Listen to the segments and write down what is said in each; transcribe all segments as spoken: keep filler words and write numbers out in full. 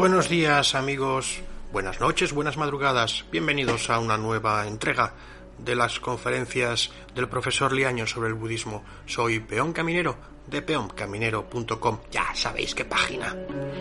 Buenos días, amigos, buenas noches, buenas madrugadas. Bienvenidos a una nueva entrega de las conferencias del profesor Liaño sobre el budismo. Soy Peón Caminero de peón caminero punto com. Ya sabéis qué página.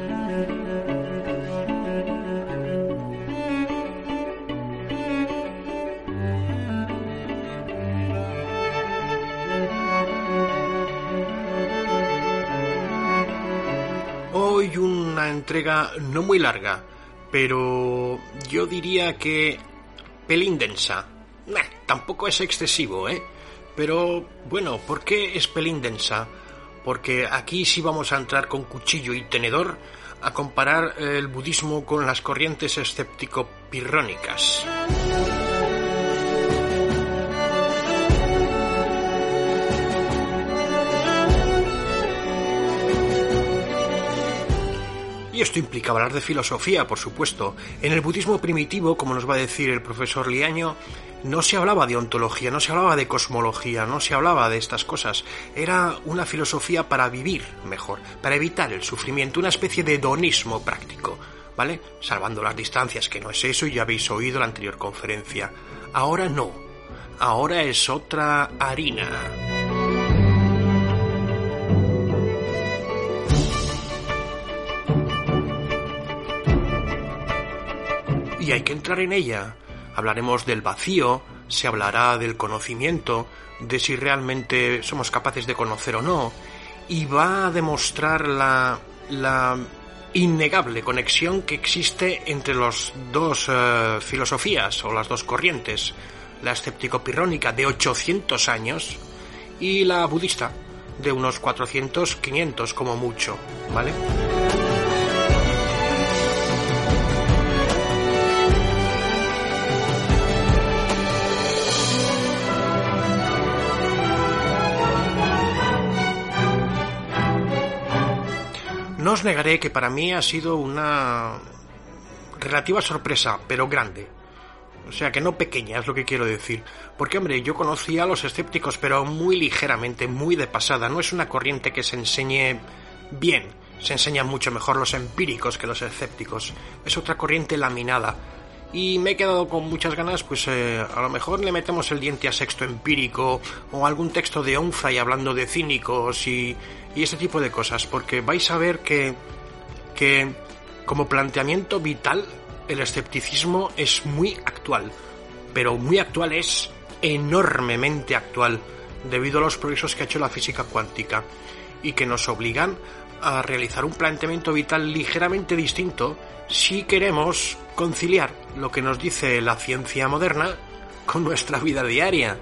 Hoy una entrega no muy larga, pero yo diría que pelín densa. Nah, tampoco es excesivo, ¿eh? Pero bueno, ¿por qué es pelín densa? Porque aquí sí vamos a entrar con cuchillo y tenedor a comparar el budismo con las corrientes escéptico-pirrónicas. Y esto implica hablar de filosofía, por supuesto. En el budismo primitivo, como nos va a decir el profesor Liaño, no se hablaba de ontología, no se hablaba de cosmología, no se hablaba de estas cosas. Era una filosofía para vivir mejor, para evitar el sufrimiento, una especie de hedonismo práctico, ¿vale? Salvando las distancias, que no es eso, y ya habéis oído la anterior conferencia. Ahora no. Ahora es otra harina. Y hay que entrar en ella. Hablaremos del vacío, se hablará del conocimiento, de si realmente somos capaces de conocer o no, y va a demostrar la, la innegable conexión que existe entre las dos uh, filosofías o las dos corrientes, la escéptico-pirrónica de ochocientos años y la budista de unos cuatrocientos, quinientos como mucho, ¿vale? No os negaré que para mí ha sido una relativa sorpresa, pero grande. O sea, que no pequeña, es lo que quiero decir. Porque, hombre, yo conocía a los escépticos, pero muy ligeramente, muy de pasada. No es una corriente que se enseñe bien. Se enseñan mucho mejor los empíricos que los escépticos. Es otra corriente laminada. Y me he quedado con muchas ganas, pues eh, a lo mejor le metemos el diente a Sexto Empírico o algún texto de Onfray hablando de cínicos y, y ese tipo de cosas, porque vais a ver que, que como planteamiento vital el escepticismo es muy actual, pero muy actual es enormemente actual debido a los progresos que ha hecho la física cuántica y que nos obligan a realizar un planteamiento vital ligeramente distinto si queremos conciliar lo que nos dice la ciencia moderna con nuestra vida diaria.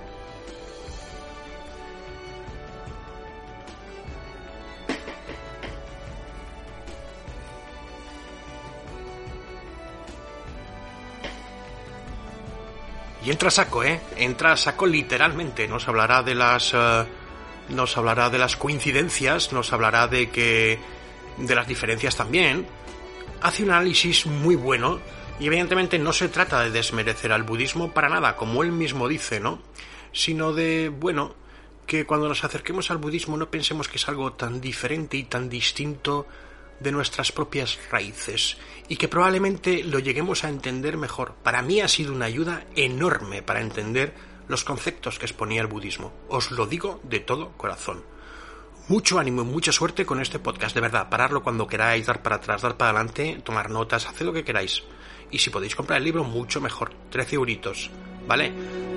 Y entra a saco, ¿eh? Entra a saco literalmente. Nos hablará de las... Uh, nos hablará de las coincidencias, nos hablará de que... de las diferencias también. Hace un análisis muy bueno y evidentemente no se trata de desmerecer al budismo para nada, como él mismo dice, ¿no? Sino de, bueno, que cuando nos acerquemos al budismo no pensemos que es algo tan diferente y tan distinto de nuestras propias raíces y que probablemente lo lleguemos a entender mejor. Para mí ha sido una ayuda enorme para entender los conceptos que exponía el budismo. Os lo digo de todo corazón. Mucho ánimo y mucha suerte con este podcast, de verdad. Pararlo cuando queráis, dar para atrás, dar para adelante, tomar notas, haced lo que queráis. Y si podéis comprar el libro, mucho mejor. trece euritos, ¿vale?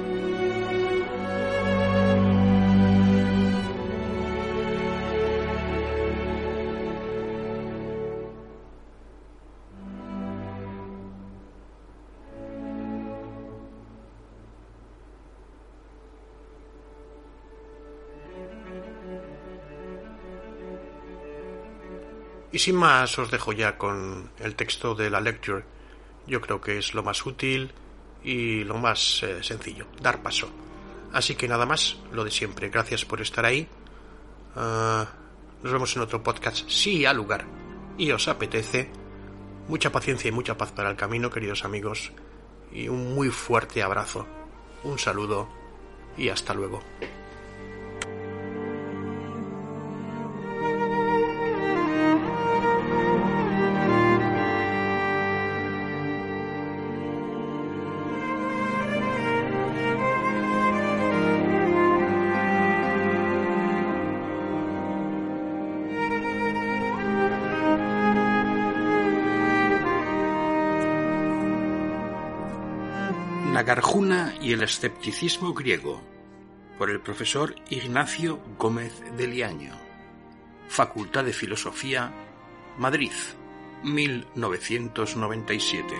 Y sin más os dejo ya con el texto de la lecture. Yo creo que es lo más útil y lo más eh, sencillo, dar paso. Así que nada más, lo de siempre. Gracias por estar ahí. Uh, nos vemos en otro podcast, si al lugar y os apetece. Mucha paciencia y mucha paz para el camino, queridos amigos. Y un muy fuerte abrazo. Un saludo y hasta luego. Nagarjuna y el escepticismo griego, por el profesor Ignacio Gómez de Liaño, Facultad de Filosofía, Madrid, mil novecientos noventa y siete.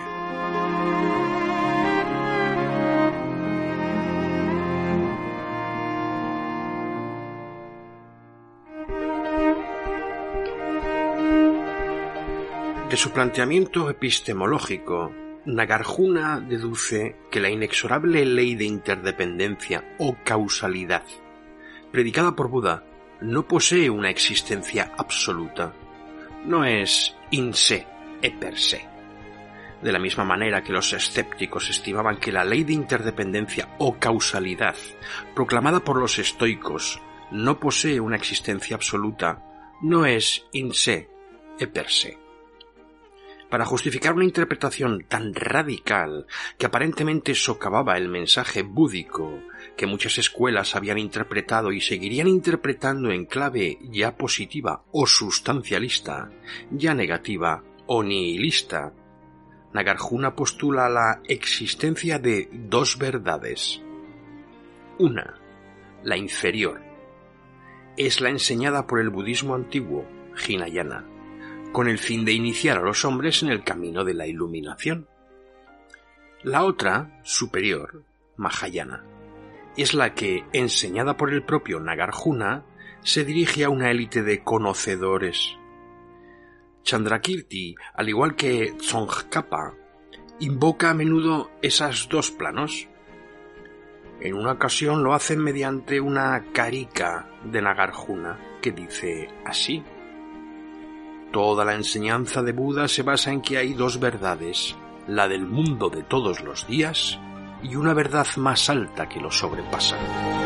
De su planteamiento epistemológico, Nagarjuna deduce que la inexorable ley de interdependencia o causalidad, predicada por Buda, no posee una existencia absoluta, no es in se e per se. De la misma manera que los escépticos estimaban que la ley de interdependencia o causalidad, proclamada por los estoicos, no posee una existencia absoluta, no es in se e per se. Para justificar una interpretación tan radical que aparentemente socavaba el mensaje búdico que muchas escuelas habían interpretado y seguirían interpretando en clave ya positiva o sustancialista, ya negativa o nihilista, Nagarjuna postula la existencia de dos verdades. Una, la inferior, es la enseñada por el budismo antiguo, Hinayana, con el fin de iniciar a los hombres en el camino de la iluminación. La otra, superior, Mahayana, es la que, enseñada por el propio Nagarjuna, se dirige a una élite de conocedores. Chandrakirti, al igual que Tsongkhapa, invoca a menudo esas dos planos. En una ocasión lo hace mediante una karika de Nagarjuna que dice así: toda la enseñanza de Buda se basa en que hay dos verdades, la del mundo de todos los días y una verdad más alta que lo sobrepasa.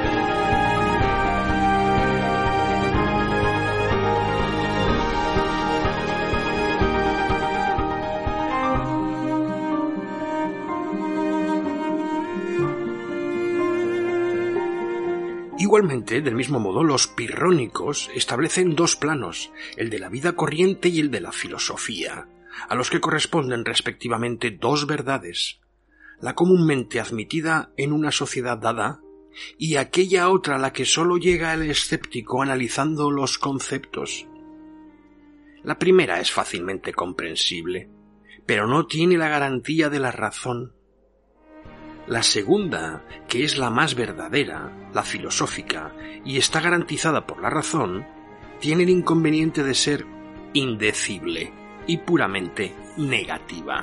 Igualmente, del mismo modo, los pirrónicos establecen dos planos, el de la vida corriente y el de la filosofía, a los que corresponden respectivamente dos verdades, la comúnmente admitida en una sociedad dada y aquella otra a la que sólo llega el escéptico analizando los conceptos. La primera es fácilmente comprensible, pero no tiene la garantía de la razón. La segunda, que es la más verdadera, la filosófica, y está garantizada por la razón, tiene el inconveniente de ser indecible y puramente negativa.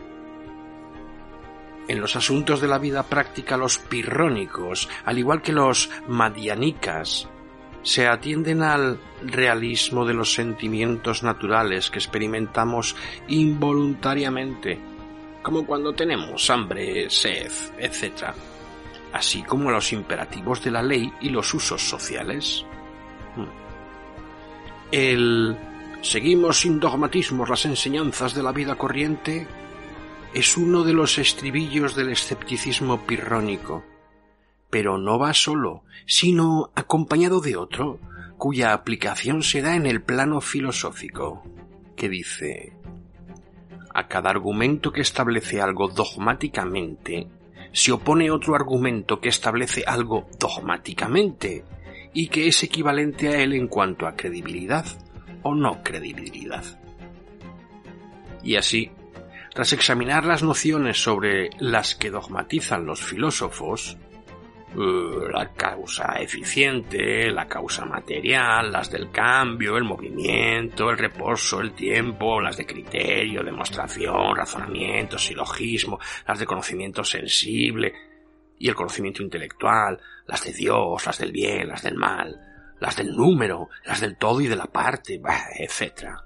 En los asuntos de la vida práctica, los pirrónicos, al igual que los madhyanikas, se atienden al realismo de los sentimientos naturales que experimentamos involuntariamente, como cuando tenemos hambre, sed, etcétera, así como a los imperativos de la ley y los usos sociales. El «seguimos sin dogmatismos las enseñanzas de la vida corriente» es uno de los estribillos del escepticismo pirrónico, pero no va solo, sino acompañado de otro, cuya aplicación se da en el plano filosófico, que dice: a cada argumento que establece algo dogmáticamente, se opone otro argumento que establece algo dogmáticamente y que es equivalente a él en cuanto a credibilidad o no credibilidad. Y así, tras examinar las nociones sobre las que dogmatizan los filósofos, la causa eficiente, la causa material, las del cambio, el movimiento, el reposo, el tiempo, las de criterio, demostración, razonamiento, silogismo, las de conocimiento sensible y el conocimiento intelectual, las de Dios, las del bien, las del mal, las del número, las del todo y de la parte, etcétera.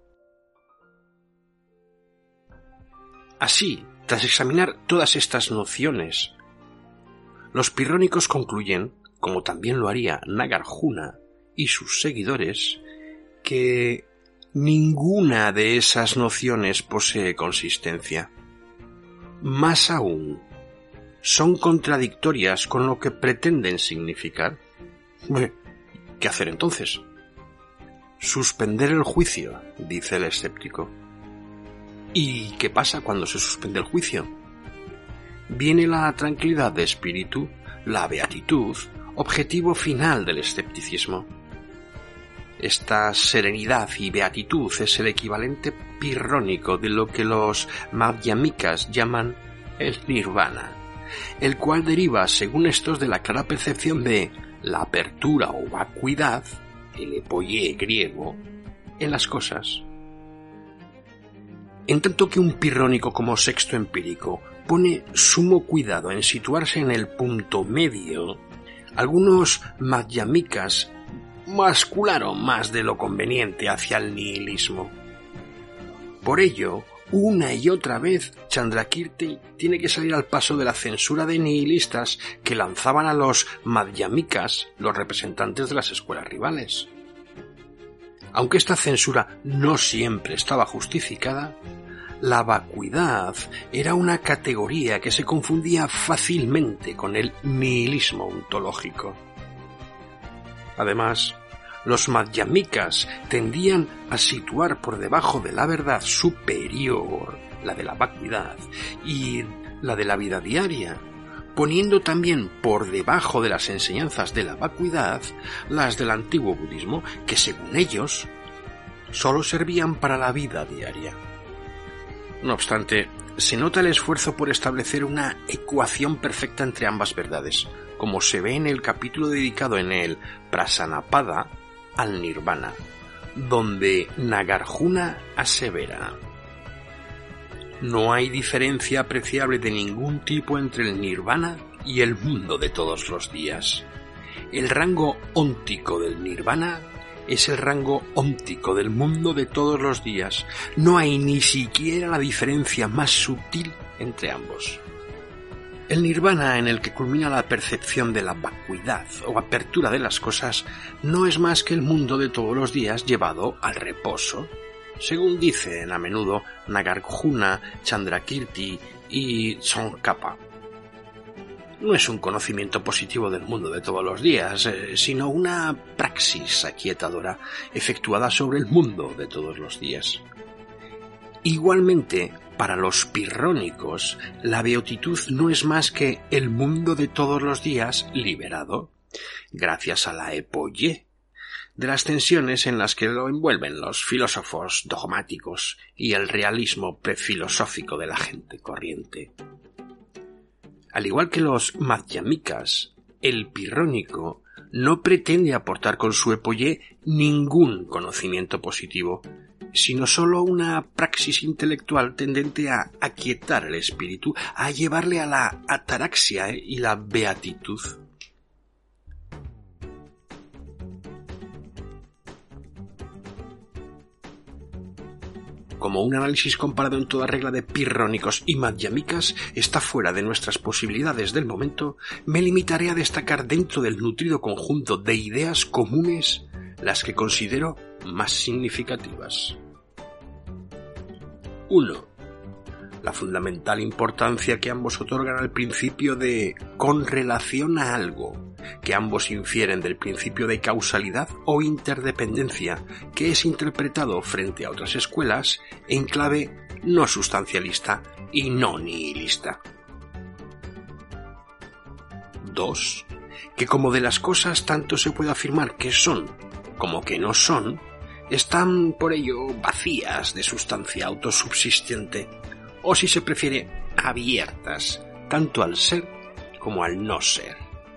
Así, tras examinar todas estas nociones, los pirrónicos concluyen, como también lo haría Nagarjuna y sus seguidores, que ninguna de esas nociones posee consistencia. Más aún, son contradictorias con lo que pretenden significar. ¿Qué hacer entonces? Suspender el juicio, dice el escéptico. ¿Y qué pasa cuando se suspende el juicio? viene la tranquilidad de espíritu, la beatitud, objetivo final del escepticismo. Esta serenidad y beatitud es el equivalente pirrónico de lo que los madhyamikas llaman el nirvana, el cual deriva, según estos, de la clara percepción de la apertura o vacuidad, el epoyé griego, en las cosas. En tanto que un pirrónico como Sexto Empírico pone sumo cuidado en situarse en el punto medio, algunos madhyamikas bascularon más de lo conveniente hacia el nihilismo. Por ello, una y otra vez Chandrakirti tiene que salir al paso de la censura de nihilistas que lanzaban a los madhyamikas, los representantes de las escuelas rivales. Aunque esta censura no siempre estaba justificada, la vacuidad era una categoría que se confundía fácilmente con el nihilismo ontológico. Además, los madhyamikas tendían a situar por debajo de la verdad superior, la de la vacuidad, y la de la vida diaria, poniendo también por debajo de las enseñanzas de la vacuidad las del antiguo budismo, que según ellos solo servían para la vida diaria. No obstante, se nota el esfuerzo por establecer una ecuación perfecta entre ambas verdades, como se ve en el capítulo dedicado en el Prasanapada al Nirvana, donde Nagarjuna asevera: no hay diferencia apreciable de ningún tipo entre el Nirvana y el mundo de todos los días. El rango óntico del Nirvana es el rango óntico del mundo de todos los días. No hay ni siquiera la diferencia más sutil entre ambos. El nirvana, en el que culmina la percepción de la vacuidad o apertura de las cosas, no es más que el mundo de todos los días llevado al reposo, según dicen a menudo Nagarjuna, Chandrakirti y Tsongkhapa. No es un conocimiento positivo del mundo de todos los días, eh, sino una praxis aquietadora efectuada sobre el mundo de todos los días. Igualmente, para los pirrónicos, la beatitud no es más que el mundo de todos los días liberado, gracias a la epoyé, de las tensiones en las que lo envuelven los filósofos dogmáticos y el realismo prefilosófico de la gente corriente. Al igual que los madhyamikas, el pirrónico no pretende aportar con su epoyé ningún conocimiento positivo, sino sólo una praxis intelectual tendente a aquietar el espíritu, a llevarle a la ataraxia y la beatitud. Como un análisis comparado en toda regla de pirrónicos y madhyamikas está fuera de nuestras posibilidades del momento, me limitaré a destacar dentro del nutrido conjunto de ideas comunes las que considero más significativas. uno. La fundamental importancia que ambos otorgan al principio de con relación a algo, que ambos infieren del principio de causalidad o interdependencia, que es interpretado frente a otras escuelas en clave no sustancialista y no nihilista. dos. Que como de las cosas tanto se puede afirmar que son como que no son, están por ello vacías de sustancia autosubsistente, o si se prefiere, abiertas, tanto al ser como al no ser.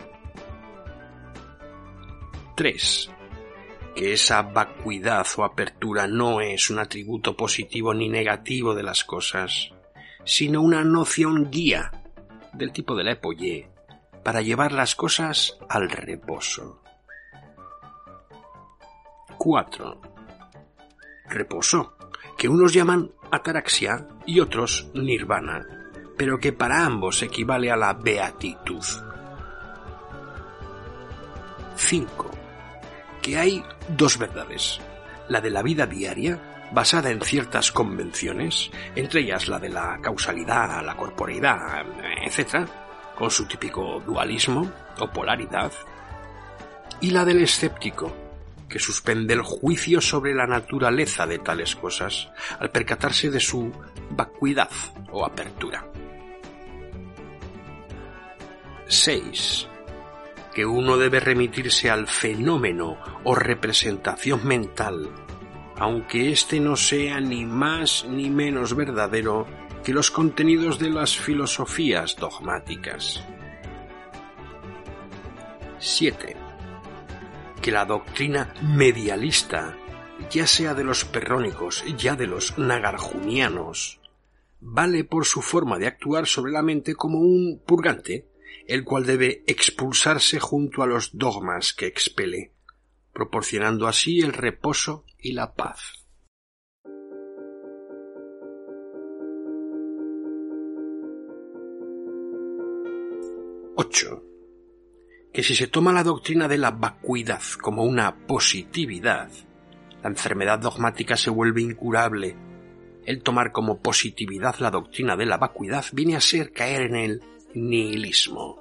tres. Que esa vacuidad o apertura no es un atributo positivo ni negativo de las cosas, sino una noción guía, del tipo de la epoyé, para llevar las cosas al reposo. cuatro. Reposo, que unos llaman ataraxia y otros nirvana, pero que para ambos equivale a la beatitud. cinco. Que hay dos verdades, la de la vida diaria, basada en ciertas convenciones, entre ellas la de la causalidad, la corporeidad, etcétera, con su típico dualismo o polaridad, y la del escéptico, que suspende el juicio sobre la naturaleza de tales cosas, al percatarse de su vacuidad o apertura. seis. Que uno debe remitirse al fenómeno o representación mental, aunque éste no sea ni más ni menos verdadero que los contenidos de las filosofías dogmáticas. siete. Que la doctrina medialista, ya sea de los perrónicos, ya de los nagarjunianos, vale por su forma de actuar sobre la mente como un purgante, el cual debe expulsarse junto a los dogmas que expele, proporcionando así el reposo y la paz. ocho. Que si se toma la doctrina de la vacuidad como una positividad, la enfermedad dogmática se vuelve incurable. El tomar como positividad la doctrina de la vacuidad viene a ser caer en el nihilismo.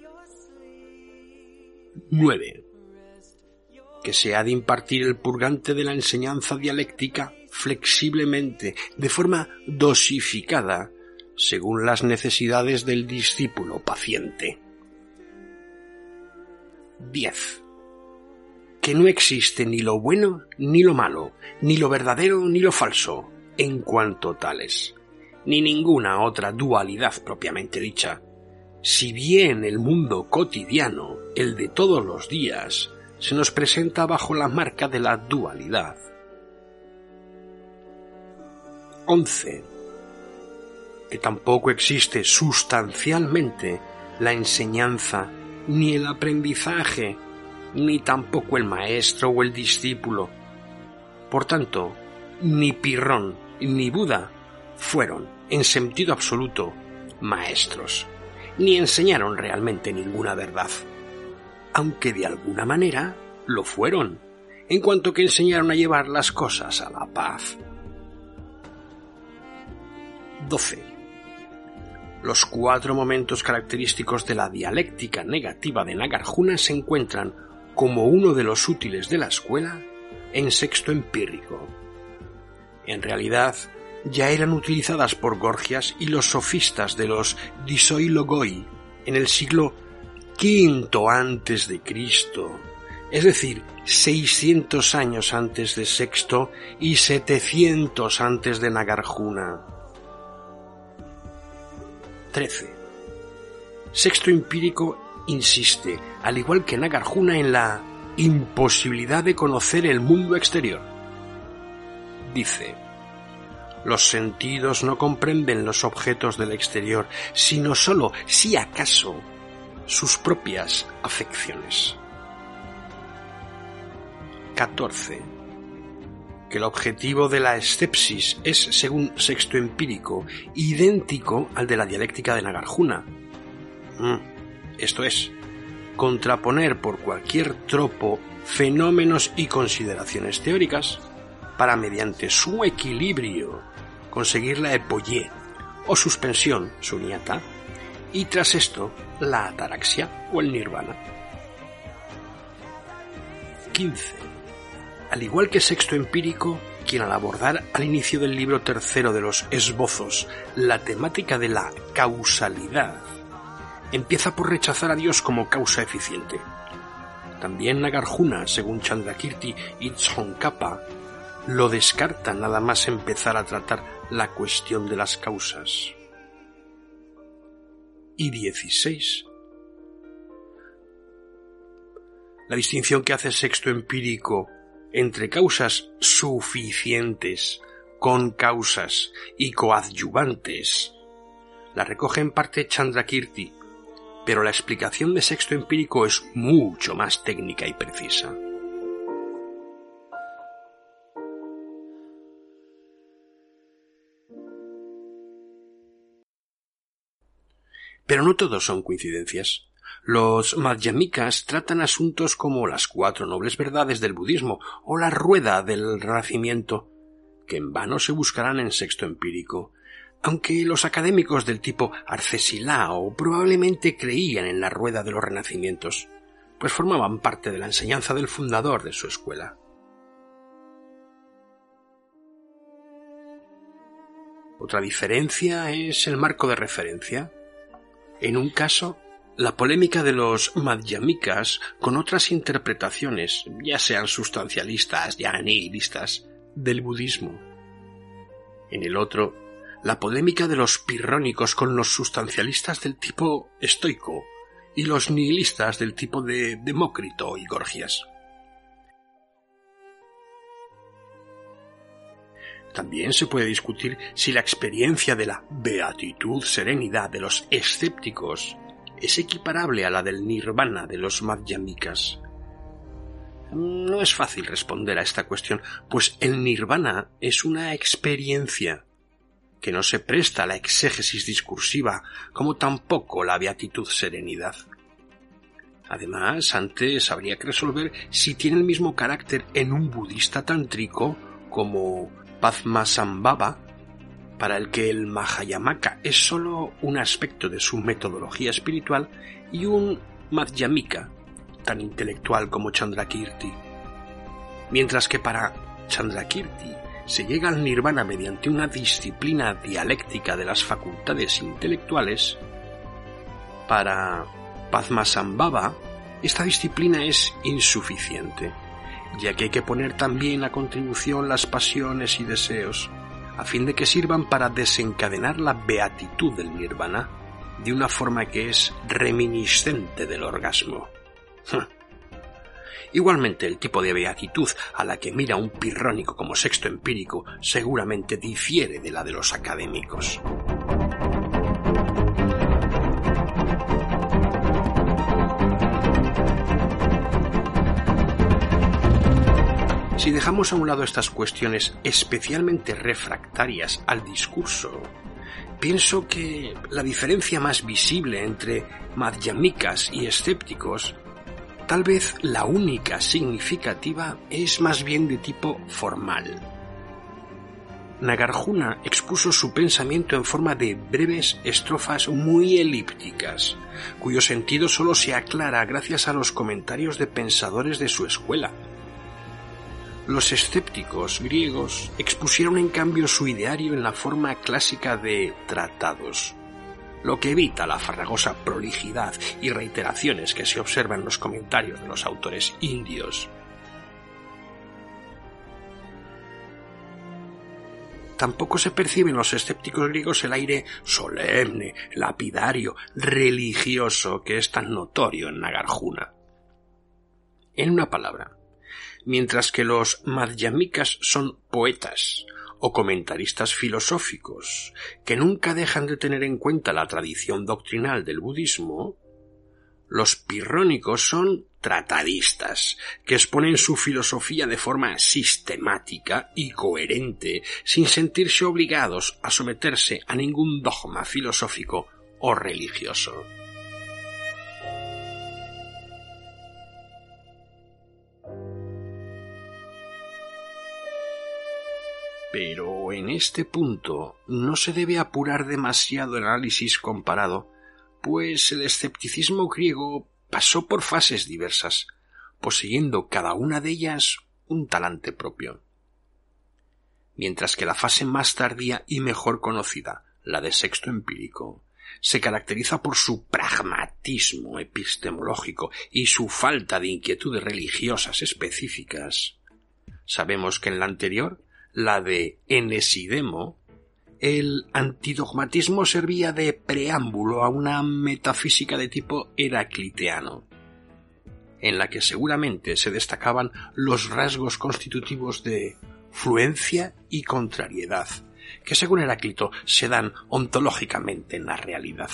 nueve. Que se ha de impartir el purgante de la enseñanza dialéctica flexiblemente, de forma dosificada, según las necesidades del discípulo paciente. diez. Que no existe ni lo bueno ni lo malo, ni lo verdadero ni lo falso, en cuanto tales, ni ninguna otra dualidad propiamente dicha. Si bien el mundo cotidiano, el de todos los días, se nos presenta bajo la marca de la dualidad. once. Que tampoco existe sustancialmente la enseñanza ni el aprendizaje, ni tampoco el maestro o el discípulo. Por tanto, ni Pirrón ni Buda fueron, en sentido absoluto, maestros, ni enseñaron realmente ninguna verdad, aunque de alguna manera lo fueron, en cuanto que enseñaron a llevar las cosas a la paz. doce. Los cuatro momentos característicos de la dialéctica negativa de Nagarjuna se encuentran, como uno de los útiles de la escuela, en Sexto Empírico. En realidad, ya eran utilizadas por Gorgias y los sofistas de los Disoilogoi en el siglo quinto antes de Cristo, es decir, seiscientos años antes de Sexto y setecientos antes de Nagarjuna. trece. Sexto Empírico insiste, al igual que Nagarjuna, en la imposibilidad de conocer el mundo exterior. Dice: los sentidos no comprenden los objetos del exterior, sino sólo, si acaso, sus propias afecciones. catorce. Que el objetivo de la escepsis es, según Sexto Empírico, idéntico al de la dialéctica de Nagarjuna. Mm, esto es, contraponer por cualquier tropo fenómenos y consideraciones teóricas para, mediante su equilibrio, conseguir la epoyé o suspensión sunyata y, tras esto, la ataraxia o el nirvana. quince. Al igual que Sexto Empírico, quien al abordar al inicio del libro tercero de los esbozos la temática de la causalidad, empieza por rechazar a Dios como causa eficiente. También Nagarjuna, según Chandrakirti y Tsongkhapa, lo descarta nada más empezar a tratar la cuestión de las causas. Y dieciséis. La distinción que hace Sexto Empírico entre causas suficientes, con causas y coadyuvantes la recoge en parte Chandrakirti, pero la explicación de Sexto Empírico es mucho más técnica y precisa. Pero no todos son coincidencias. Los madhyamikas tratan asuntos como las cuatro nobles verdades del budismo o la rueda del renacimiento, que en vano se buscarán en Sexto Empírico, aunque los académicos del tipo Arcesilao probablemente creían en la rueda de los renacimientos, pues formaban parte de la enseñanza del fundador de su escuela. Otra diferencia es el marco de referencia. En un caso, La polémica de los madhyamikas con otras interpretaciones, ya sean sustancialistas, ya nihilistas, del budismo. En el otro, la polémica de los pirrónicos con los sustancialistas del tipo estoico y los nihilistas del tipo de Demócrito y Gorgias. También se puede discutir si la experiencia de la beatitud, serenidad de los escépticos es equiparable a la del nirvana de los madhyamikas. No es fácil responder a esta cuestión, pues el nirvana es una experiencia que no se presta a la exégesis discursiva, como tampoco la beatitud serenidad. Además, antes habría que resolver si tiene el mismo carácter en un budista tántrico como Padmasambhava, para el que el Mahayamaka es sólo un aspecto de su metodología espiritual, y un Madhyamika, tan intelectual como Chandrakirti. Mientras que para Chandrakirti se llega al nirvana mediante una disciplina dialéctica de las facultades intelectuales, para Padmasambhava esta disciplina es insuficiente, ya que hay que poner también a contribución las pasiones y deseos, a fin de que sirvan para desencadenar la beatitud del nirvana de una forma que es reminiscente del orgasmo. Igualmente, el tipo de beatitud a la que mira un pirrónico como sexto empírico seguramente difiere de la de los académicos. Si dejamos a un lado estas cuestiones especialmente refractarias al discurso, pienso que la diferencia más visible entre madhyamikas y escépticos, tal vez la única significativa, es más bien de tipo formal. Nagarjuna expuso su pensamiento en forma de breves estrofas muy elípticas, cuyo sentido solo se aclara gracias a los comentarios de pensadores de su escuela. Los escépticos griegos expusieron en cambio su ideario en la forma clásica de tratados, lo que evita la farragosa prolijidad y reiteraciones que se observan en los comentarios de los autores indios. Tampoco se percibe en los escépticos griegos el aire solemne, lapidario, religioso que es tan notorio en Nagarjuna. En una palabra, mientras que los madhyamikas son poetas o comentaristas filosóficos que nunca dejan de tener en cuenta la tradición doctrinal del budismo, los pirrónicos son tratadistas que exponen su filosofía de forma sistemática y coherente, sin sentirse obligados a someterse a ningún dogma filosófico o religioso. Pero en este punto no se debe apurar demasiado el análisis comparado, pues el escepticismo griego pasó por fases diversas, poseyendo cada una de ellas un talante propio. Mientras que la fase más tardía y mejor conocida, la de Sexto Empírico, se caracteriza por su pragmatismo epistemológico y su falta de inquietudes religiosas específicas, sabemos que en la anterior, la de Enesidemo, el antidogmatismo servía de preámbulo a una metafísica de tipo heracliteano, en la que seguramente se destacaban los rasgos constitutivos de fluencia y contrariedad, que según Heráclito se dan ontológicamente en la realidad.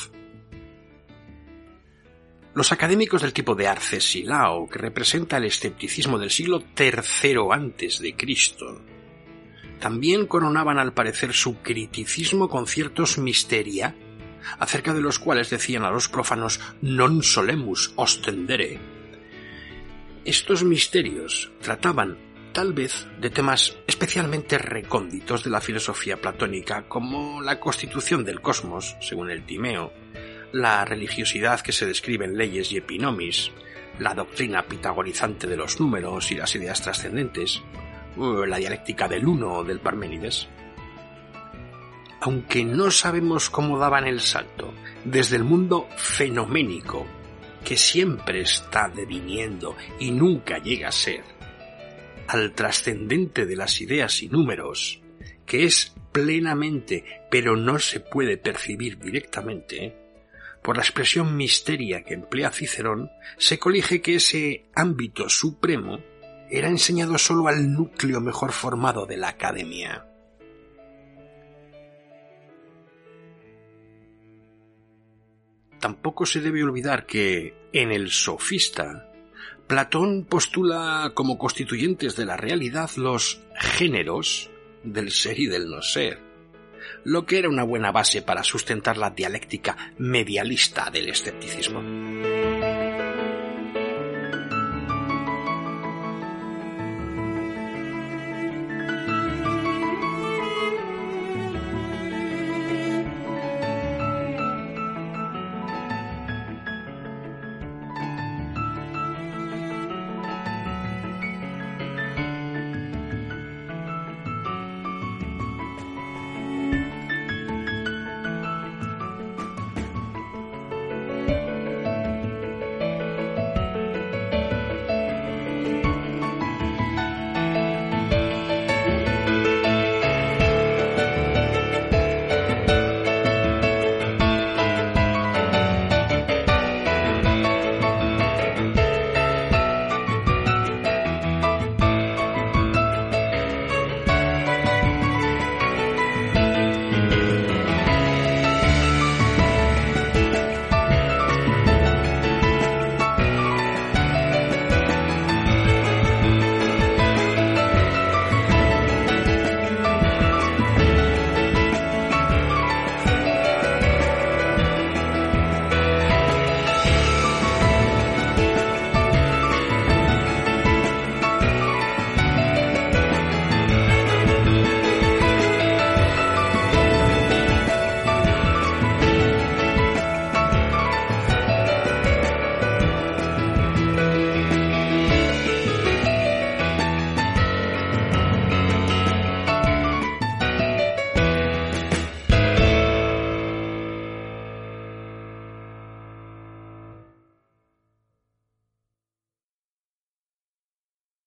Los académicos del tipo de Arcesilao, que representa el escepticismo del siglo tercero antes de Cristo, también coronaban al parecer su criticismo con ciertos misteria, acerca de los cuales decían a los profanos non solemus ostendere. Estos misterios trataban, tal vez, de temas especialmente recónditos de la filosofía platónica, como la constitución del cosmos, según el Timeo, la religiosidad que se describe en Leyes y Epinomis, la doctrina pitagorizante de los números y las ideas trascendentes, la dialéctica del uno del Parménides. Aunque no sabemos cómo daban el salto desde el mundo fenoménico, que siempre está deviniendo y nunca llega a ser, al trascendente de las ideas y números, que es plenamente, pero no se puede percibir directamente, por la expresión misteria que emplea Cicerón, se colige que ese ámbito supremo era enseñado solo al núcleo mejor formado de la academia. Tampoco se debe olvidar que, en el Sofista, Platón postula como constituyentes de la realidad los géneros del ser y del no ser, lo que era una buena base para sustentar la dialéctica medialista del escepticismo.